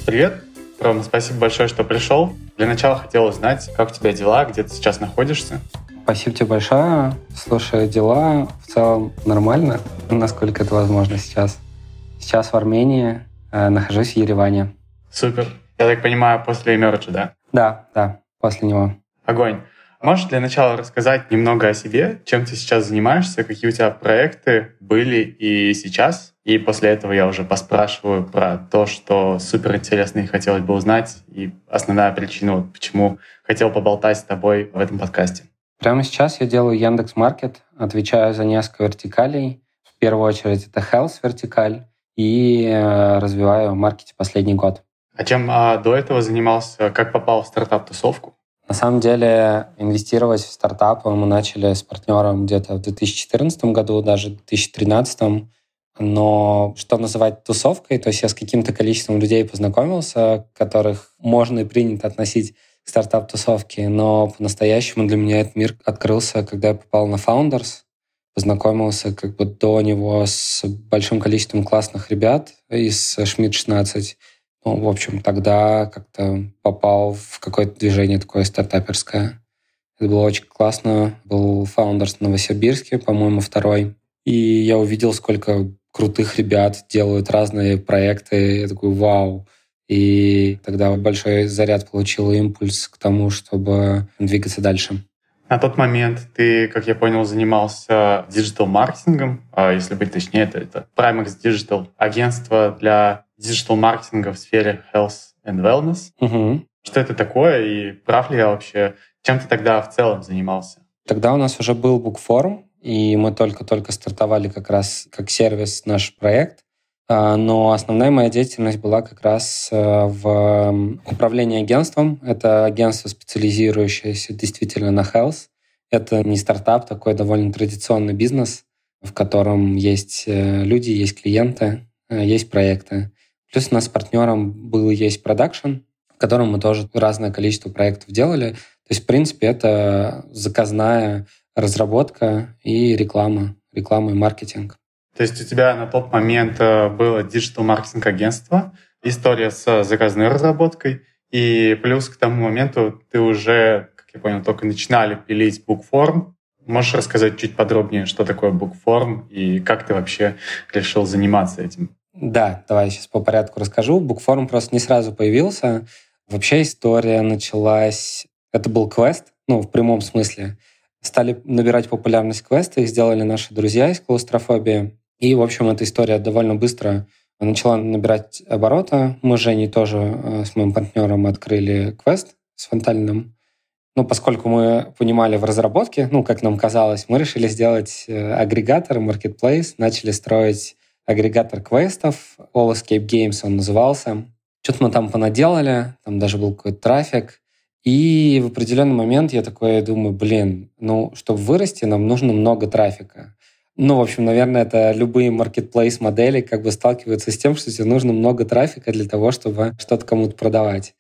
Привет, Ром, спасибо большое, что пришел. Для начала хотел узнать, как у тебя дела, где ты сейчас находишься? Спасибо тебе большое. Слушай, дела в целом нормально, насколько это возможно сейчас. Сейчас в Армении, нахожусь в Ереване. Супер. Я так понимаю, после мерджа, да? Да, после него. Огонь. Можешь для начала рассказать немного о себе, чем ты сейчас занимаешься, какие у тебя проекты были и сейчас? И после этого я уже поспрашиваю про то, что супер интересно и хотелось бы узнать, и основная причина, почему хотел поболтать с тобой в этом подкасте. Прямо сейчас я делаю Яндекс.Маркет, отвечаю за несколько вертикалей. В первую очередь это Health вертикаль и развиваю маркетинг последний год. А чем до этого занимался? Как попал в стартап-тусовку? На самом деле инвестировать в стартапы мы начали с партнером где-то в 2014 году, даже в 2013. Но что называть тусовкой, то есть я с каким-то количеством людей познакомился, которых можно и принято относить к стартап-тусовке, но по-настоящему для меня этот мир открылся, когда я попал на Founders, познакомился до него с большим количеством классных ребят из Schmidt-16. В общем, тогда как-то попал в какое-то движение такое стартаперское. Это было очень классно. Был Founders в Новосибирске, по-моему, второй. И я увидел, сколько крутых ребят делают разные проекты. Я такой, вау. И тогда большой заряд получил импульс к тому, чтобы двигаться дальше. На тот момент ты, как я понял, занимался диджитал-маркетингом. Если быть точнее, это Primex Digital, агентство для диджитал-маркетинга в сфере health and wellness. Угу. Что это такое и прав ли я вообще? Чем ты тогда в целом занимался? Тогда у нас уже был Bookform, и мы только-только стартовали как раз как сервис наш проект. Но основная моя деятельность была как раз в управлении агентством. Это агентство, специализирующееся действительно на health. Это не стартап, такой довольно традиционный бизнес, в котором есть люди, есть клиенты, есть проекты. Плюс у нас с партнером есть продакшн, в котором мы тоже разное количество проектов делали. То есть, в принципе, это заказная разработка и реклама и маркетинг. То есть у тебя на тот момент было диджитал-маркетинг-агентство, история с заказной разработкой, и плюс к тому моменту ты уже, как я понял, только начинали пилить Bookform. Можешь рассказать чуть подробнее, что такое Bookform и как ты вообще решил заниматься этим? Да, давай я сейчас по порядку расскажу. Bookform просто не сразу появился. Вообще история началась... Это был квест, в прямом смысле. Стали набирать популярность квесты, их сделали наши друзья из клаустрофобии. И, в общем, эта история довольно быстро начала набирать обороты. Мы с Женей тоже с моим партнером открыли квест с Фонтанином. Поскольку мы понимали в разработке, как нам казалось, мы решили сделать агрегатор, marketplace, начали строить агрегатор квестов, All Escape Games он назывался. Что-то мы там понаделали, там даже был какой-то трафик. И в определенный момент я такой думаю, чтобы вырасти, нам нужно много трафика. В общем, наверное, это любые marketplace-модели сталкиваются с тем, что тебе нужно много трафика для того, чтобы что-то кому-то продавать.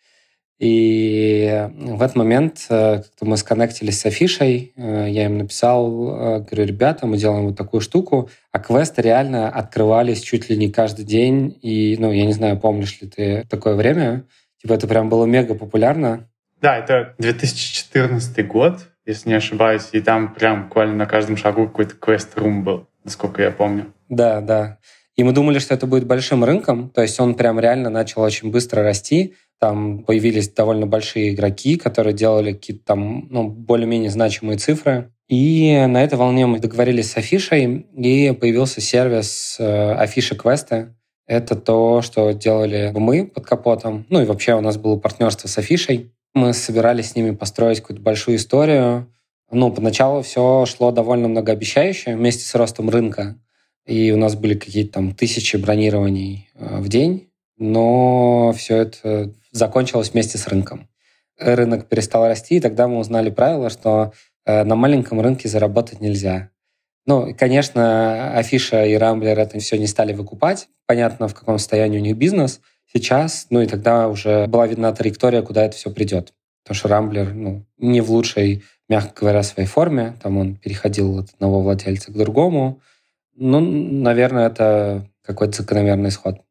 И в этот момент как-то мы сконнектились с Афишей, я им написал, говорю, ребята, мы делаем вот такую штуку, а квесты реально открывались чуть ли не каждый день. И, я не знаю, помнишь ли ты такое время, это прям было мега популярно. Да, это 2014 год, если не ошибаюсь, и там прям буквально на каждом шагу какой-то квест-рум был, насколько я помню. Да. И мы думали, что это будет большим рынком, то есть он прям реально начал очень быстро расти. Там появились довольно большие игроки, которые делали какие-то там более-менее значимые цифры. И на этой волне мы договорились с Афишей, и появился сервис Афиша Квесты. Это то, что делали мы под капотом. И вообще у нас было партнерство с Афишей. Мы собирались с ними построить какую-то большую историю. Поначалу все шло довольно многообещающе вместе с ростом рынка. И у нас были какие-то там 1000 бронирований в день. Но все это закончилось вместе с рынком. Рынок перестал расти, и тогда мы узнали правило, что на маленьком рынке заработать нельзя. Конечно, Афиша и Рамблер это все не стали выкупать. Понятно, в каком состоянии у них бизнес сейчас. И тогда уже была видна траектория, куда это все придет. Потому что Рамблер не в лучшей, мягко говоря, своей форме. Там он переходил от одного владельца к другому. Наверное, это какой-то закономерный исход.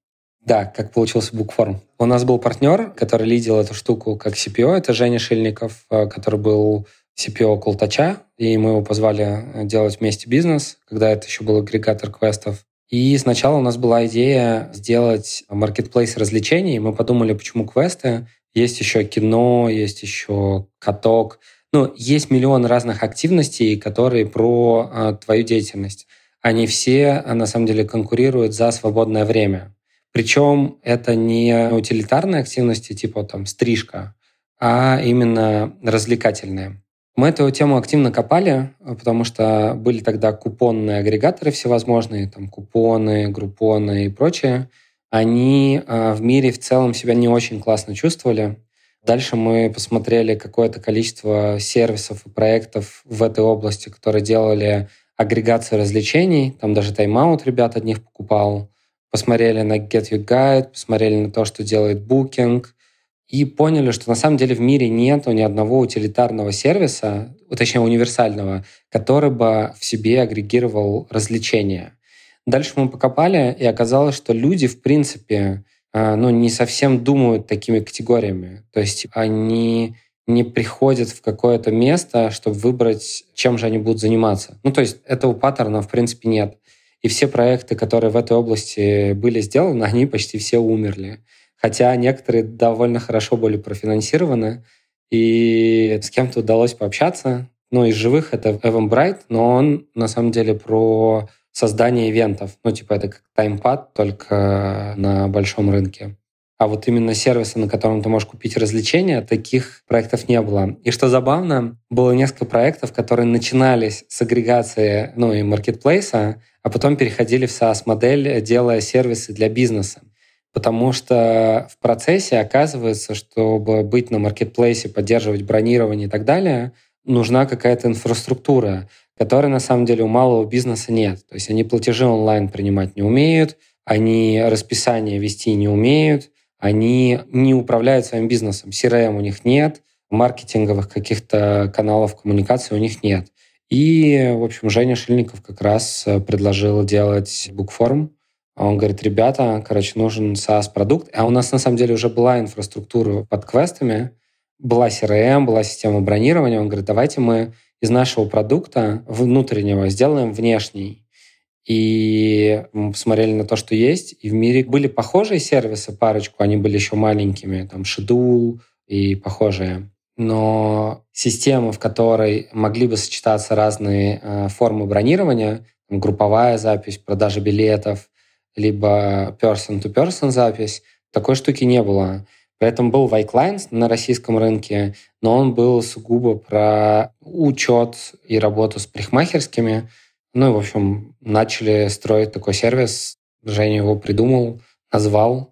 Да, как получился Bookform. У нас был партнер, который лидил эту штуку как CPO. Это Женя Шильников, который был CPO Колтача, и мы его позвали делать вместе бизнес, когда это еще был агрегатор квестов. И сначала у нас была идея сделать маркетплейс развлечений. Мы подумали, почему квесты? Есть еще кино, есть еще каток. Есть миллион разных активностей, которые про твою деятельность. Они все, на самом деле, конкурируют за свободное время. Причем это не утилитарные активности, типа там стрижка, а именно развлекательные. Мы эту тему активно копали, потому что были тогда купонные агрегаторы всевозможные, там купоны, группоны и прочее. Они в мире в целом себя не очень классно чувствовали. Дальше мы посмотрели какое-то количество сервисов и проектов в этой области, которые делали агрегацию развлечений. Там даже тайм-аут ребят от них покупал. Посмотрели на Get Your Guide, посмотрели на то, что делает Booking, и поняли, что на самом деле в мире нету ни одного утилитарного сервиса, точнее универсального, который бы в себе агрегировал развлечения. Дальше мы покопали, и оказалось, что люди, в принципе, не совсем думают такими категориями. То есть они не приходят в какое-то место, чтобы выбрать, чем же они будут заниматься. То есть этого паттерна, в принципе, нет. И все проекты, которые в этой области были сделаны, они почти все умерли. Хотя некоторые довольно хорошо были профинансированы, и с кем-то удалось пообщаться. Из живых это Eventbrite, но он на самом деле про создание ивентов. Это как таймпад, только на большом рынке. А вот именно сервисы, на котором ты можешь купить развлечения, таких проектов не было. И что забавно, было несколько проектов, которые начинались с агрегации, и маркетплейса, а потом переходили в SaaS-модель, делая сервисы для бизнеса. Потому что в процессе оказывается, чтобы быть на маркетплейсе, поддерживать бронирование и так далее, нужна какая-то инфраструктура, которой на самом деле у малого бизнеса нет. То есть они платежи онлайн принимать не умеют, они расписание вести не умеют, они не управляют своим бизнесом. CRM у них нет, маркетинговых каких-то каналов коммуникации у них нет. И, в общем, Женя Шильников как раз предложил делать Bookform. Он говорит, ребята, нужен SaaS-продукт. А у нас на самом деле уже была инфраструктура под квестами, была CRM, была система бронирования. Он говорит, давайте мы из нашего продукта внутреннего сделаем внешний. И мы посмотрели на то, что есть. И в мире были похожие сервисы, парочку, они были еще маленькими, там Schedule и похожие. Но система, в которой могли бы сочетаться разные формы бронирования, групповая запись, продажа билетов, либо person-to-person запись, такой штуки не было. Поэтому был Vyklines на российском рынке, но он был сугубо про учет и работу с парикмахерскими. В общем, начали строить такой сервис. Женя его придумал, назвал,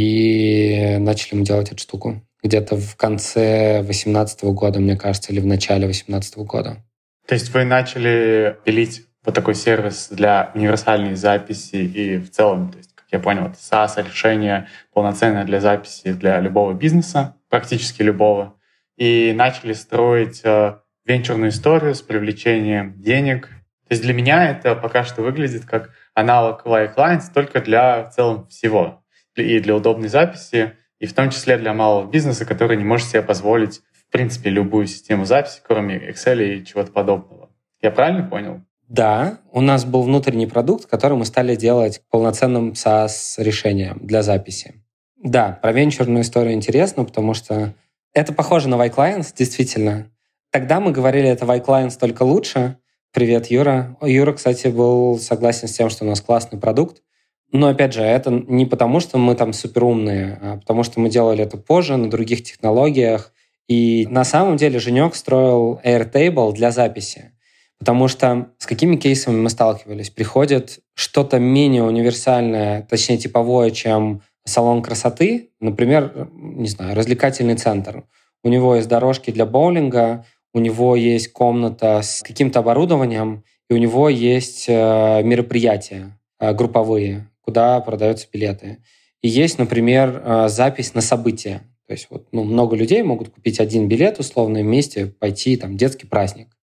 и начали мы делать эту штуку. Где-то в конце 2018 года, мне кажется, или в начале 2018 года. То есть вы начали пилить вот такой сервис для универсальной записи и в целом, то есть, как я понял, это SaaS-решение полноценное для записи для любого бизнеса, практически любого, и начали строить венчурную историю с привлечением денег. То есть для меня это пока что выглядит как аналог Vyklines, только для в целом всего. И для удобной записи, и в том числе для малого бизнеса, который не может себе позволить, в принципе, любую систему записи, кроме Excel и чего-то подобного. Я правильно понял? Да, у нас был внутренний продукт, который мы стали делать полноценным SaaS-решением для записи. Да, про венчурную историю интересно, потому что это похоже на Vyklines, действительно. Тогда мы говорили, это Vyklines только лучше. Привет, Юра. Юра, кстати, был согласен с тем, что у нас классный продукт. Но, опять же, это не потому, что мы там суперумные, а потому что мы делали это позже, на других технологиях. И на самом деле Женек строил Airtable для записи. Потому что с какими кейсами мы сталкивались? Приходит что-то менее универсальное, точнее типовое, чем салон красоты, например, не знаю, развлекательный центр. У него есть дорожки для боулинга, у него есть комната с каким-то оборудованием, и у него есть мероприятия групповые, куда продаются билеты. И есть, например, запись на события. То есть много людей могут купить один билет, условно, вместе пойти, детский праздник.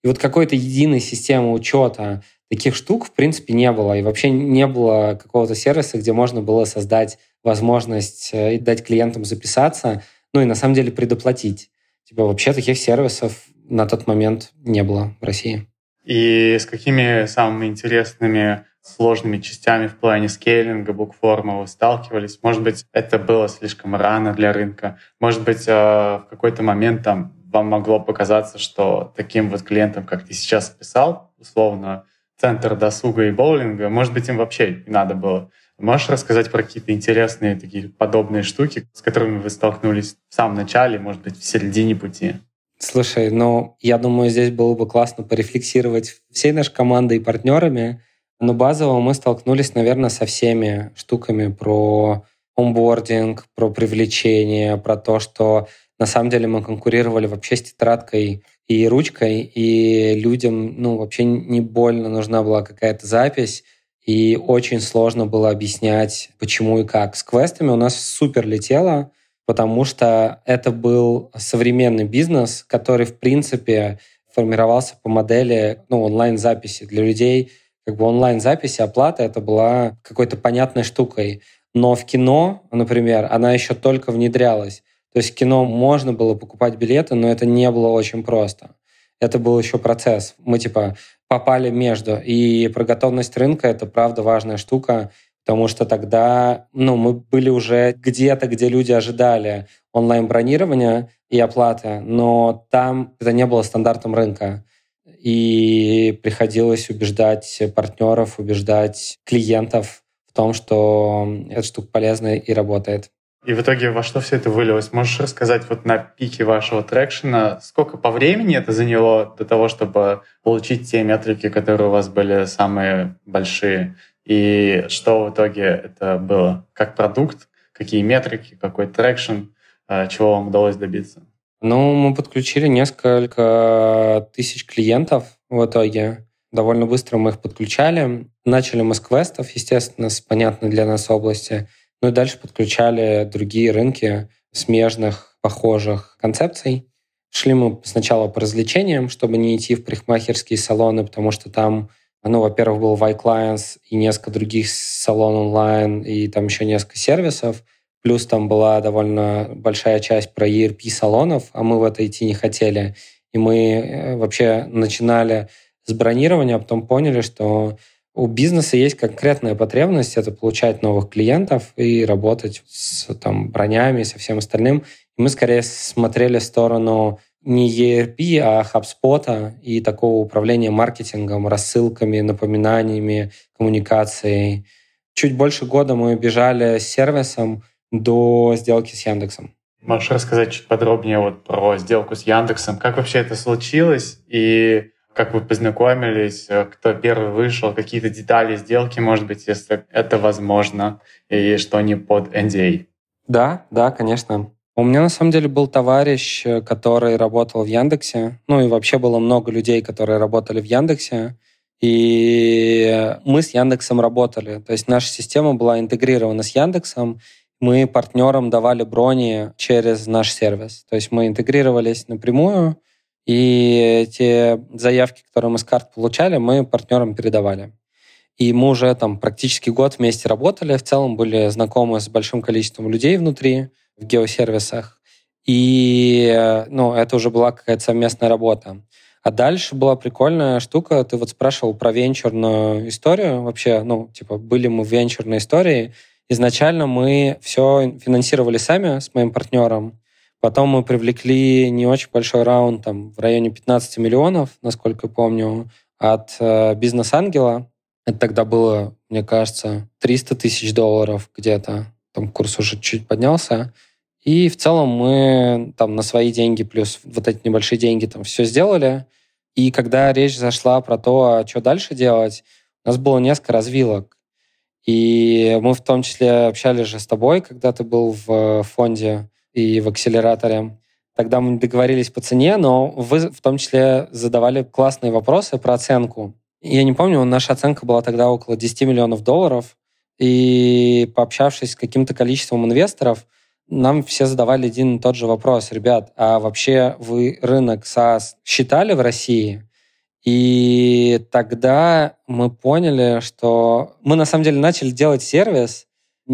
И вот какой-то единой системы учета таких штук, в принципе, не было. И вообще не было какого-то сервиса, где можно было создать возможность и дать клиентам записаться, ну и на самом деле предоплатить. Типа вообще таких сервисов на тот момент не было в России. И с какими самыми интересными сложными частями в плане скейлинга букформа вы сталкивались? Может быть, это было слишком рано для рынка? Может быть, в какой-то момент там вам могло показаться, что таким вот клиентам, как ты сейчас описал, условно, центр досуга и боулинга, может быть, им вообще не надо было. Можешь рассказать про какие-то интересные такие подобные штуки, с которыми вы столкнулись в самом начале, может быть, в середине пути? Слушай, ну, я думаю, здесь было бы классно порефлексировать всей нашей командой и партнерами, но базово мы столкнулись, наверное, со всеми штуками про онбординг, про привлечение, про то, что на самом деле мы конкурировали вообще с тетрадкой и ручкой, и людям, ну, вообще не больно нужна была какая-то запись, и очень сложно было объяснять, почему и как. С квестами у нас супер летело, потому что это был современный бизнес, который, в принципе, формировался по модели онлайн-записи. Для людей как бы онлайн-записи, оплата — это была какой-то понятной штукой. Но в кино, например, она еще только внедрялась. То есть в кино можно было покупать билеты, но это не было очень просто. Это был еще процесс. Мы попали между. И про готовность рынка — это правда важная штука, потому что тогда мы были уже где-то, где люди ожидали онлайн-бронирования и оплаты, но там это не было стандартом рынка. И приходилось убеждать партнеров, убеждать клиентов в том, что эта штука полезная и работает. И в итоге во что все это вылилось? Можешь рассказать вот на пике вашего трекшена, сколько по времени это заняло до того, чтобы получить те метрики, которые у вас были самые большие? И что в итоге это было? Как продукт? Какие метрики? Какой трекшн? Чего вам удалось добиться? Мы подключили несколько тысяч клиентов в итоге. Довольно быстро мы их подключали. Начали мы с квестов, естественно, с понятной для нас области. И дальше подключали другие рынки смежных, похожих концепций. Шли мы сначала по развлечениям, чтобы не идти в парикмахерские салоны, потому что там, во-первых, был Y-Clients и несколько других салонов онлайн, и там еще несколько сервисов. Плюс там была довольно большая часть про ERP-салонов, а мы в это идти не хотели. И мы вообще начинали с бронирования, а потом поняли, что у бизнеса есть конкретная потребность — это получать новых клиентов и работать с бронями и со всем остальным. И мы скорее смотрели в сторону не ERP, а HubSpot и такого управления маркетингом, рассылками, напоминаниями, коммуникацией. Чуть больше года мы бежали с сервисом до сделки с Яндексом. Можешь рассказать чуть подробнее про сделку с Яндексом? Как вообще это случилось? И как вы познакомились? Кто первый вышел? Какие-то детали сделки, может быть, если это возможно? И что не под NDA? Да, конечно. У меня на самом деле был товарищ, который работал в Яндексе. И вообще было много людей, которые работали в Яндексе. И мы с Яндексом работали. То есть наша система была интегрирована с Яндексом. Мы партнерам давали брони через наш сервис. То есть мы интегрировались напрямую, и те заявки, которые мы с карт получали, мы партнерам передавали. И мы уже практически год вместе работали, в целом были знакомы с большим количеством людей внутри, в геосервисах. И это уже была какая-то совместная работа. А дальше была прикольная штука. Ты спрашивал про венчурную историю. Вообще, были мы в венчурной истории. Изначально мы все финансировали сами с моим партнером. Потом мы привлекли не очень большой раунд, в районе 15 миллионов, насколько я помню, от бизнес-ангела. Это тогда было, мне кажется, $300 тысяч где-то. Курс уже чуть поднялся. И в целом мы на свои деньги плюс эти небольшие деньги все сделали. И когда речь зашла про то, что дальше делать, у нас было несколько развилок. И мы в том числе общались же с тобой, когда ты был в фонде и в акселераторе. Тогда мы договорились по цене, но вы в том числе задавали классные вопросы про оценку. Я не помню, наша оценка была тогда около $10 миллионов. И пообщавшись с каким-то количеством инвесторов, нам все задавали один и тот же вопрос. Ребят, а вообще вы рынок SaaS считали в России? И тогда мы поняли, что мы на самом деле начали делать сервис,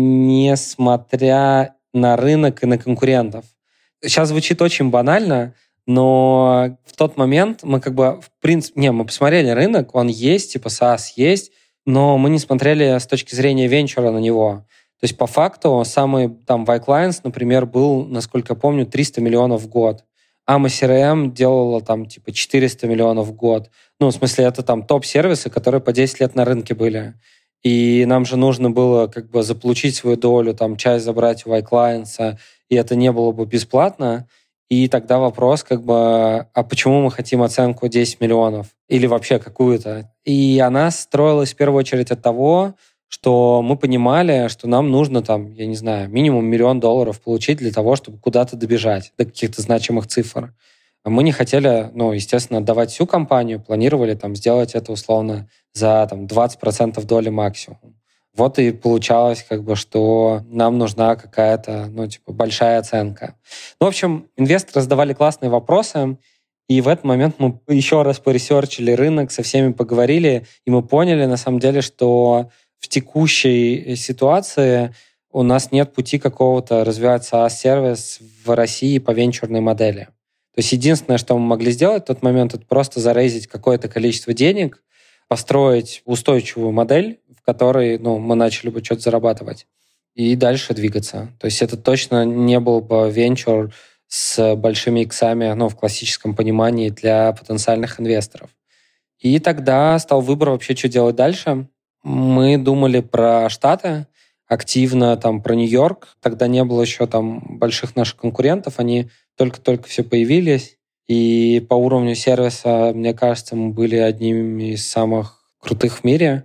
несмотря на рынок и на конкурентов. Сейчас звучит очень банально, но в тот момент мы в принципе, мы посмотрели рынок, он есть, типа SaaS есть, но мы не смотрели с точки зрения венчура на него. То есть по факту самый там Y-Clients, например, был, насколько я помню, 300 миллионов в год. AMA CRM делала там типа 400 миллионов в год. Ну, в смысле, это там топ-сервисы, которые по 10 лет на рынке были. И нам же нужно было заполучить свою долю, там часть забрать у Y-Clients, и это не было бы бесплатно. И тогда вопрос, а почему мы хотим оценку 10 миллионов? Или вообще какую-то? И она строилась в первую очередь от того, что мы понимали, что нам нужно минимум $1 миллион получить для того, чтобы куда-то добежать до каких-то значимых цифр. Мы не хотели, естественно, отдавать всю компанию, планировали сделать это условно за 20% доли максимум. Вот и получалось, что нам нужна какая-то, большая оценка. В общем, инвесторы задавали классные вопросы, и в этот момент мы еще раз поресерчили рынок, со всеми поговорили, и мы поняли, на самом деле, что в текущей ситуации у нас нет пути какого-то развивать SaaS-сервис в России по венчурной модели. То есть единственное, что мы могли сделать в тот момент, это просто зарейзить какое-то количество денег, построить устойчивую модель, в которой мы начали бы что-то зарабатывать, и дальше двигаться. То есть это точно не был бы венчур с большими иксами, в классическом понимании для потенциальных инвесторов. И тогда стал выбор вообще, что делать дальше. Мы думали про Штаты, активно про Нью-Йорк. Тогда не было еще больших наших конкурентов, они только-только все появились. И по уровню сервиса, мне кажется, мы были одними из самых крутых в мире.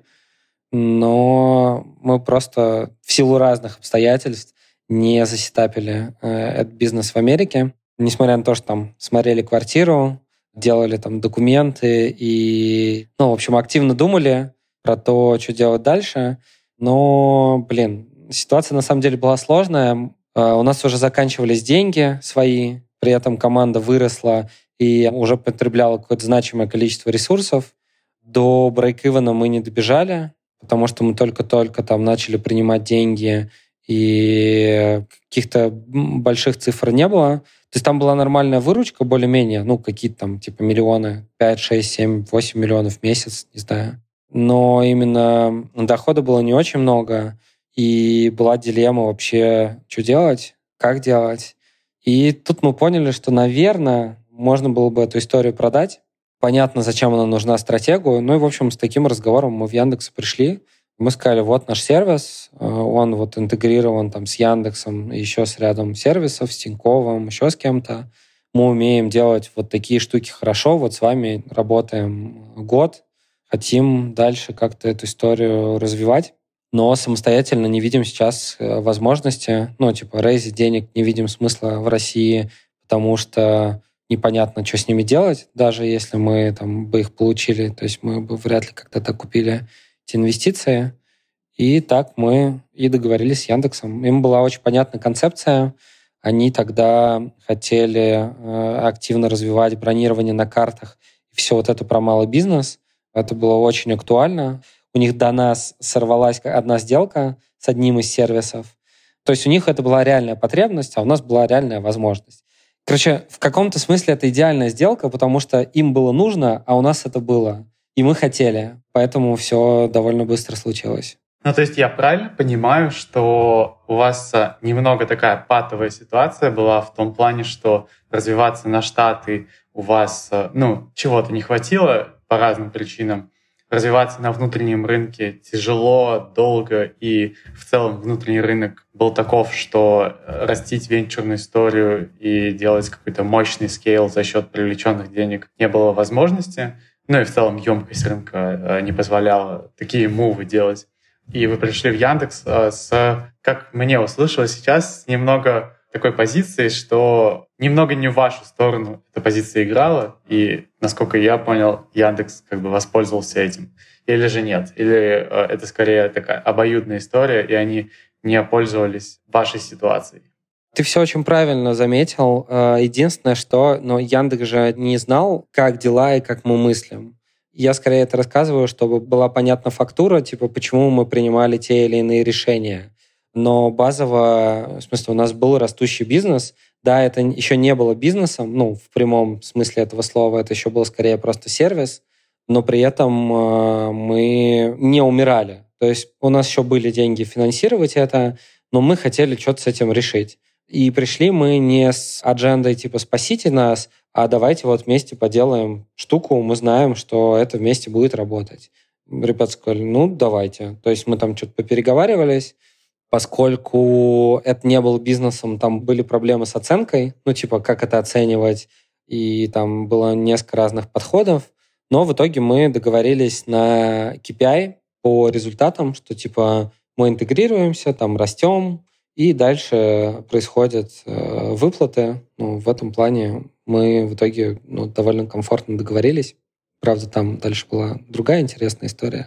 Но мы просто в силу разных обстоятельств не засетапили этот бизнес в Америке. Несмотря на то, что смотрели квартиру, делали документы и, в общем, активно думали про то, что делать дальше. Но, ситуация на самом деле была сложная. У нас уже заканчивались деньги свои, при этом команда выросла и уже потребляла какое-то значимое количество ресурсов. До брейк-ивена мы не добежали, потому что мы только-только начали принимать деньги, и каких-то больших цифр не было. То есть там была нормальная выручка, более-менее, какие-то миллионы, 5, 6, 7, 8 миллионов в месяц, не знаю. Но именно дохода было не очень много, и была дилемма вообще, что делать, как делать. И тут мы поняли, что, наверное, можно было бы эту историю продать. Понятно, зачем она нужна стратегу. И, в общем, с таким разговором мы в Яндекс пришли. Мы сказали, вот наш сервис, он интегрирован с Яндексом, еще с рядом сервисов, с Тиньковым, еще с кем-то. Мы умеем делать вот такие штуки хорошо, вот с вами работаем год, хотим дальше как-то эту историю развивать, но самостоятельно не видим сейчас возможности, рейзить денег не видим смысла в России, потому что непонятно, что с ними делать, даже если мы бы их получили, то есть мы бы вряд ли когда-то купили эти инвестиции. И так мы и договорились с Яндексом. Им была очень понятная концепция. Они тогда хотели активно развивать бронирование на картах и все вот это про малый бизнес. Это было очень актуально. У них до нас сорвалась одна сделка с одним из сервисов. То есть у них это была реальная потребность, а у нас была реальная возможность. Короче, в каком-то смысле это идеальная сделка, потому что им было нужно, а у нас это было. И мы хотели. Поэтому все довольно быстро случилось. То есть я правильно понимаю, что у вас немного такая патовая ситуация была в том плане, что развиваться на Штаты у вас, чего-то не хватило по разным причинам. Развиваться на внутреннем рынке тяжело, долго, и в целом внутренний рынок был таков, что растить венчурную историю и делать какой-то мощный скейл за счет привлеченных денег не было возможности. И в целом емкость рынка не позволяла такие мувы делать. И вы пришли в Яндекс как мне услышалось сейчас, с немного такой позиции, что немного не в вашу сторону эта позиция играла, и, насколько я понял, Яндекс воспользовался этим. Или же нет? Или это скорее такая обоюдная история, и они не пользовались вашей ситуацией? Ты все очень правильно заметил. Единственное, что Яндекс же не знал, как дела и как мы мыслим. Я скорее это рассказываю, чтобы была понятна фактура, типа, почему мы принимали те или иные решения. Но базово, в смысле, у нас был растущий бизнес. Да, это еще не было бизнесом, ну, в прямом смысле этого слова, это еще был скорее просто сервис, но при этом мы не умирали. То есть у нас еще были деньги финансировать это, но мы хотели что-то с этим решить. И пришли мы не с аджендой типа «спасите нас», а давайте вот вместе поделаем штуку, мы знаем, что это вместе будет работать. Ребята сказали, ну, давайте. То есть мы там что-то попереговаривались, поскольку это не был бизнесом, там были проблемы с оценкой, ну, типа, как это оценивать, и там было несколько разных подходов, но в итоге мы договорились на KPI по результатам, что, типа, мы интегрируемся, там, растем, и дальше происходят выплаты. Ну, в этом плане мы в итоге довольно комфортно договорились. Правда, там дальше была другая интересная история.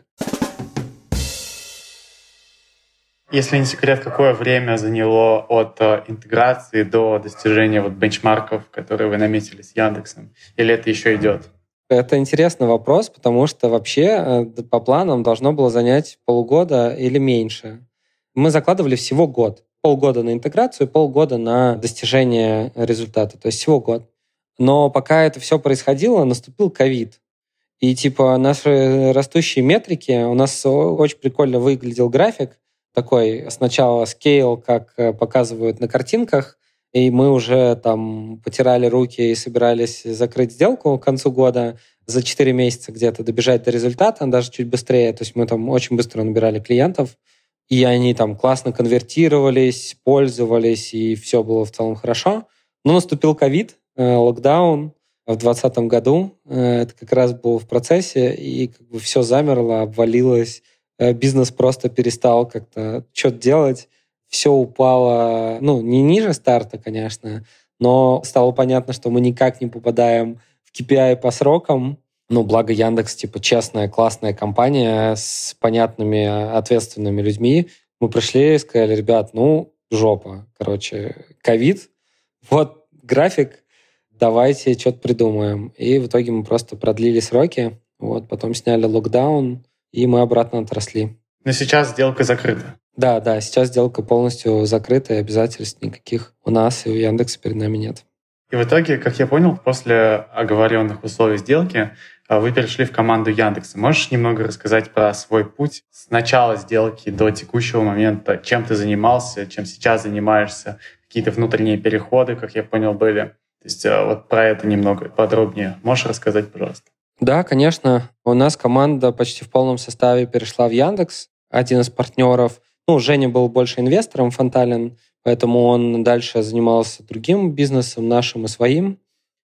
Если не секрет, какое время заняло от интеграции до достижения вот бенчмарков, которые вы наметили с Яндексом? Или это еще идет? Это интересный вопрос, потому что вообще по планам должно было занять полгода или меньше. Мы закладывали всего год. Полгода на интеграцию, полгода на достижение результата. То есть всего год. Но пока это все происходило, наступил ковид. И типа наши растущие метрики, у нас очень прикольно выглядел график, такой сначала скейл, как показывают на картинках, и мы уже там потирали руки и собирались закрыть сделку к концу года, за 4 месяца где-то добежать до результата, даже чуть быстрее. То есть мы там очень быстро набирали клиентов, и они там классно конвертировались, пользовались, и все было в целом хорошо. Но наступил ковид, локдаун в 2020 году. Это как раз было в процессе, и как бы все замерло, обвалилось. Бизнес просто перестал как-то что-то делать. Все упало, ну, не ниже старта, конечно, но стало понятно, что мы никак не попадаем в KPI по срокам. Ну, благо Яндекс, типа, честная, классная компания с понятными, ответственными людьми. Мы пришли и сказали, ребят, ну, жопа. Короче, ковид, вот график, давайте что-то придумаем. И в итоге мы просто продлили сроки, вот, потом сняли локдаун, и мы обратно отросли. Но сейчас сделка закрыта. Да, сейчас сделка полностью закрыта, и обязательств никаких у нас и у Яндекса перед нами нет. И в итоге, как я понял, после оговоренных условий сделки вы перешли в команду Яндекса. Можешь немного рассказать про свой путь с начала сделки до текущего момента? Чем ты занимался, чем сейчас занимаешься? Какие-то внутренние переходы, как я понял, были? То есть вот про это немного подробнее. Можешь рассказать, пожалуйста? Да, конечно. У нас команда почти в полном составе перешла в Яндекс. Один из партнеров, Женя был больше инвестором, Фонталин, поэтому он дальше занимался другим бизнесом, нашим и своим.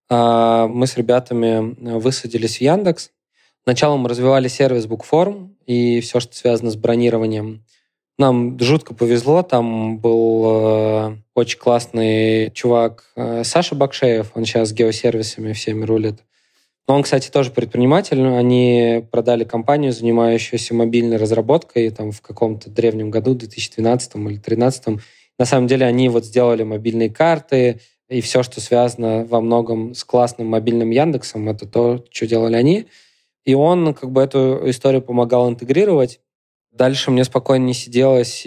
А мы с ребятами высадились в Яндекс. Сначала мы развивали сервис Bookform и все, что связано с бронированием. Нам жутко повезло, там был очень классный чувак Саша Бакшеев, он сейчас геосервисами всеми рулит. Он, кстати, тоже предприниматель. Они продали компанию, занимающуюся мобильной разработкой там, в каком-то древнем году, 2012 или 2013. На самом деле они вот сделали мобильные карты, и все, что связано во многом с классным мобильным Яндексом, это то, что делали они. И он как бы эту историю помогал интегрировать. Дальше мне спокойно не сиделось,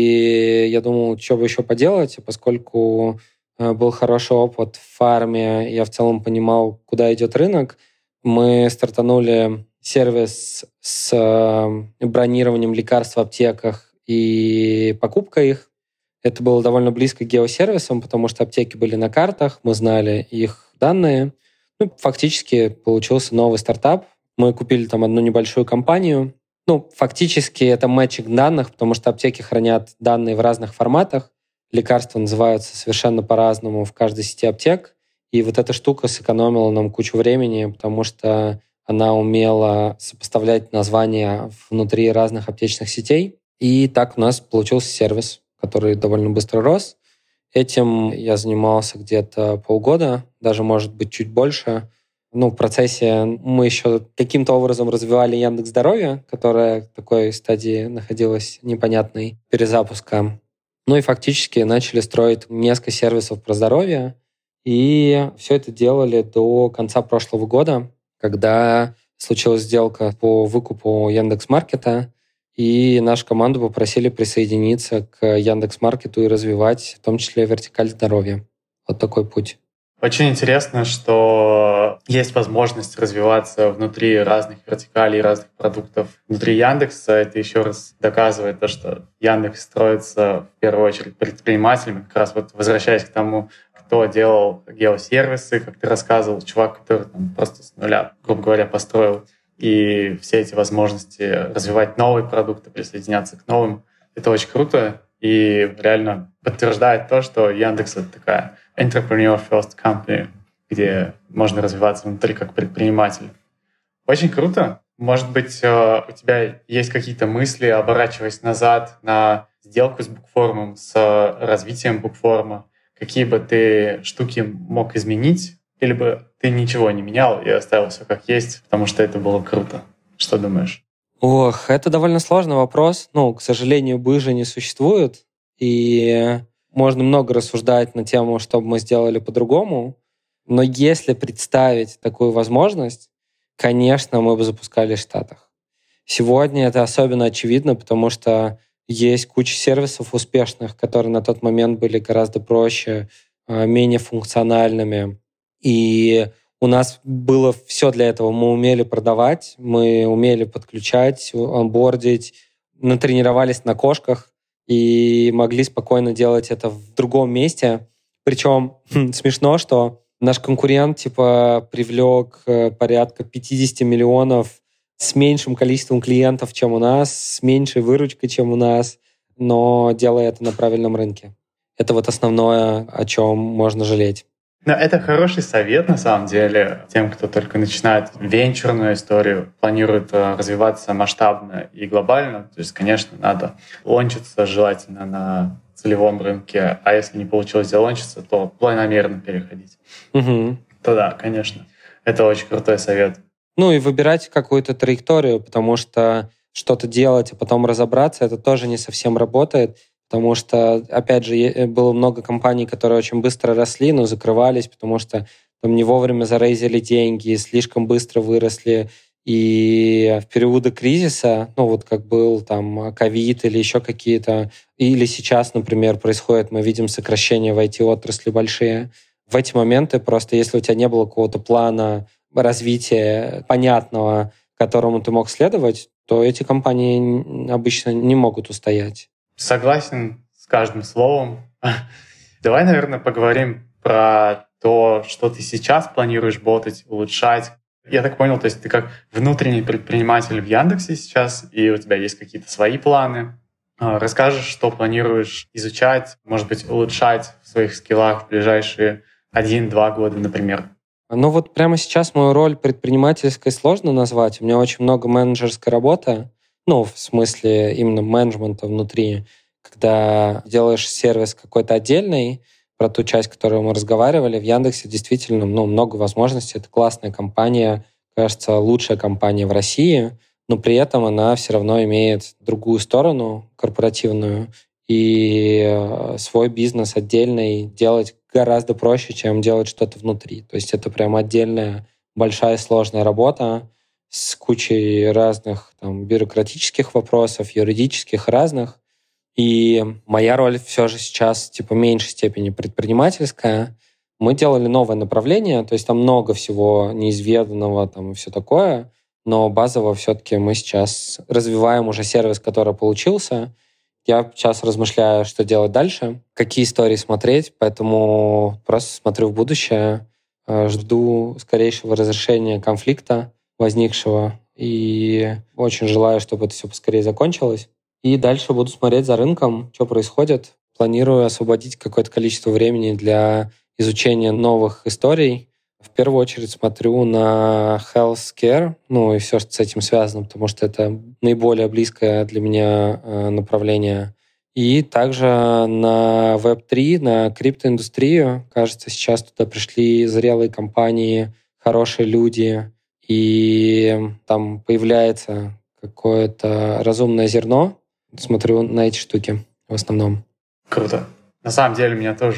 и я думал, что бы еще поделать, поскольку был хороший опыт в фарме, я в целом понимал, куда идет рынок. Мы стартанули сервис с бронированием лекарств в аптеках и покупкой их. Это было довольно близко к геосервисам, потому что аптеки были на картах, мы знали их данные. Фактически получился новый стартап. Мы купили там одну небольшую компанию. Фактически это мэтчинг данных, потому что аптеки хранят данные в разных форматах. Лекарства называются совершенно по-разному в каждой сети аптек. И вот эта штука сэкономила нам кучу времени, потому что она умела сопоставлять названия внутри разных аптечных сетей. И так у нас получился сервис, который довольно быстро рос. Этим я занимался где-то полгода, даже, может быть, чуть больше. В процессе мы еще каким-то образом развивали Яндекс.Здоровье, которое в такой стадии находилось непонятной перезапуска. И фактически начали строить несколько сервисов про здоровье. И все это делали до конца прошлого года, когда случилась сделка по выкупу Яндекс.Маркета, и нашу команду попросили присоединиться к Яндекс.Маркету и развивать, в том числе, вертикаль здоровья. Вот такой путь. Очень интересно, что есть возможность развиваться внутри разных вертикалей, разных продуктов. Внутри Яндекса это еще раз доказывает то, что Яндекс строится в первую очередь предпринимателями. Как раз вот возвращаясь к тому, кто делал геосервисы, как ты рассказывал, чувак, который там просто с нуля, грубо говоря, построил. И все эти возможности развивать новые продукты, присоединяться к новым, это очень круто и реально подтверждает то, что Яндекс — это такая entrepreneur first company, где можно развиваться внутри как предприниматель. Очень круто. Может быть, у тебя есть какие-то мысли, оборачиваясь назад на сделку с Букформом, с развитием Букформа? Какие бы ты штуки мог изменить? Или бы ты ничего не менял и оставил все как есть, потому что это было круто? Что думаешь? Ох, это довольно сложный вопрос. К сожалению, быжи не существует, и можно много рассуждать на тему, что бы мы сделали по-другому. Но если представить такую возможность, конечно, мы бы запускали в Штатах. Сегодня это особенно очевидно, потому что есть куча сервисов успешных, которые на тот момент были гораздо проще, менее функциональными. И у нас было все для этого. Мы умели продавать, мы умели подключать, онбордить, натренировались на кошках и могли спокойно делать это в другом месте. Причем смешно, что наш конкурент привлек порядка 50 миллионов с меньшим количеством клиентов, чем у нас, с меньшей выручкой, чем у нас, но делая это на правильном рынке. Это вот основное, о чем можно жалеть. Но это хороший совет, на самом деле, тем, кто только начинает венчурную историю, планирует развиваться масштабно и глобально. То есть, конечно, надо лончиться желательно на целевом рынке, а если не получилось залончиться, то планомерно переходить. Угу. То да, конечно, это очень крутой совет. И выбирать какую-то траекторию, потому что что-то делать, а потом разобраться, это тоже не совсем работает. Потому что, опять же, было много компаний, которые очень быстро росли, но закрывались, потому что там не вовремя зарейзили деньги, слишком быстро выросли. И в периоды кризиса, как был там ковид или еще какие-то, или сейчас, например, происходит, мы видим сокращения в IT-отрасли большие. В эти моменты просто, если у тебя не было какого-то плана развития понятного, которому ты мог следовать, то эти компании обычно не могут устоять. Согласен с каждым словом. Давай, наверное, поговорим про то, что ты сейчас планируешь ботать, улучшать. Я так понял, то есть ты как внутренний предприниматель в Яндексе сейчас, и у тебя есть какие-то свои планы. Расскажешь, что планируешь изучать, может быть, улучшать в своих скиллах в ближайшие 1-2 года, например? Прямо сейчас мою роль предпринимательской сложно назвать. У меня очень много менеджерской работы, в смысле именно менеджмента внутри, когда делаешь сервис какой-то отдельный, про ту часть, которую мы разговаривали, в Яндексе действительно много возможностей. Это классная компания, кажется, лучшая компания в России, но при этом она все равно имеет другую сторону, корпоративную, и свой бизнес отдельный делать гораздо проще, чем делать что-то внутри. То есть это прям отдельная большая сложная работа с кучей разных бюрократических вопросов, юридических разных. И моя роль все же сейчас в меньшей степени предпринимательская. Мы делали новое направление, то есть там много всего неизведанного и все такое, но базово все-таки мы сейчас развиваем уже сервис, который получился. Я сейчас размышляю, что делать дальше, какие истории смотреть, поэтому просто смотрю в будущее, жду скорейшего разрешения конфликта возникшего и очень желаю, чтобы это все поскорее закончилось. И дальше буду смотреть за рынком, что происходит. Планирую освободить какое-то количество времени для изучения новых историй. В первую очередь смотрю на healthcare, и все, что с этим связано, потому что это наиболее близкое для меня направление. И также на Web3, на криптоиндустрию. Кажется, сейчас туда пришли зрелые компании, хорошие люди, и там появляется какое-то разумное зерно. Смотрю на эти штуки в основном. Круто. На самом деле меня тоже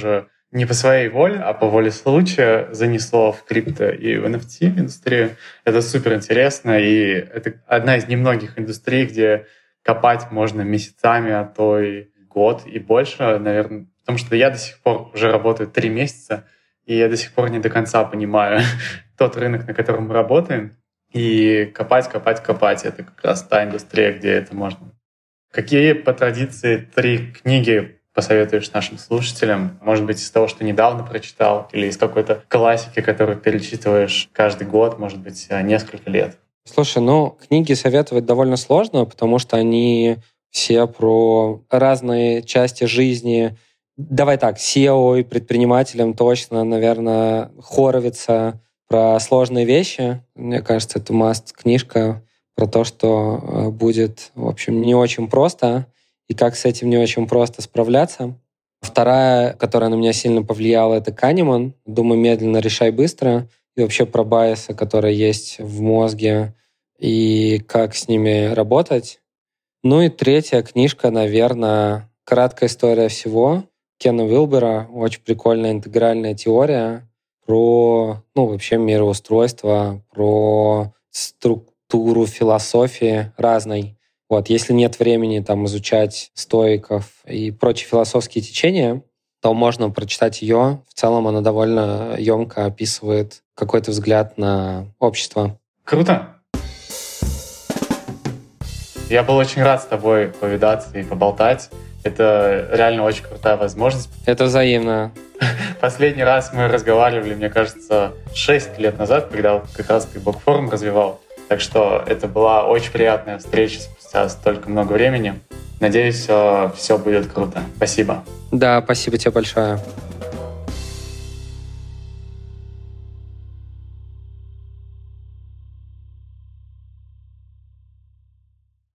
не по своей воле, а по воле случая занесло в крипто и в NFT индустрию. Это супер интересно, и это одна из немногих индустрий, где копать можно месяцами, а то и год и больше, наверное. Потому что я до сих пор уже работаю 3 месяца, и я до сих пор не до конца понимаю тот рынок, на котором мы работаем. И копать. Это как раз та индустрия, где это можно. Какие по традиции 3 книги посоветуешь нашим слушателям? Может быть, из того, что недавно прочитал, или из какой-то классики, которую перечитываешь каждый год, может быть, несколько лет? Слушай, книги советовать довольно сложно, потому что они все про разные части жизни. Давай так, SEO и предпринимателям точно, наверное, Хоровица про сложные вещи. Мне кажется, это kнижка про то, что будет, в общем, не очень просто, и как с этим не очень просто справляться. Вторая, которая на меня сильно повлияла, это Канеман. «Думай медленно, решай быстро». И вообще про байсы, которые есть в мозге, и как с ними работать. И третья книжка, наверное, «Краткая история всего» Кена Уилбера. Очень прикольная интегральная теория про, вообще мироустройство, про структуру философии разной. Если нет времени изучать стоиков и прочие философские течения, то можно прочитать ее. В целом она довольно емко описывает какой-то взгляд на общество. Круто! Я был очень рад с тобой повидаться и поболтать. Это реально очень крутая возможность. Это взаимно. Последний раз мы разговаривали, мне кажется, 6 лет назад, когда как раз ты Букформ развивал. Так что это была очень приятная встреча спустя столько много времени. Надеюсь, все будет круто. Спасибо. Да, спасибо тебе большое.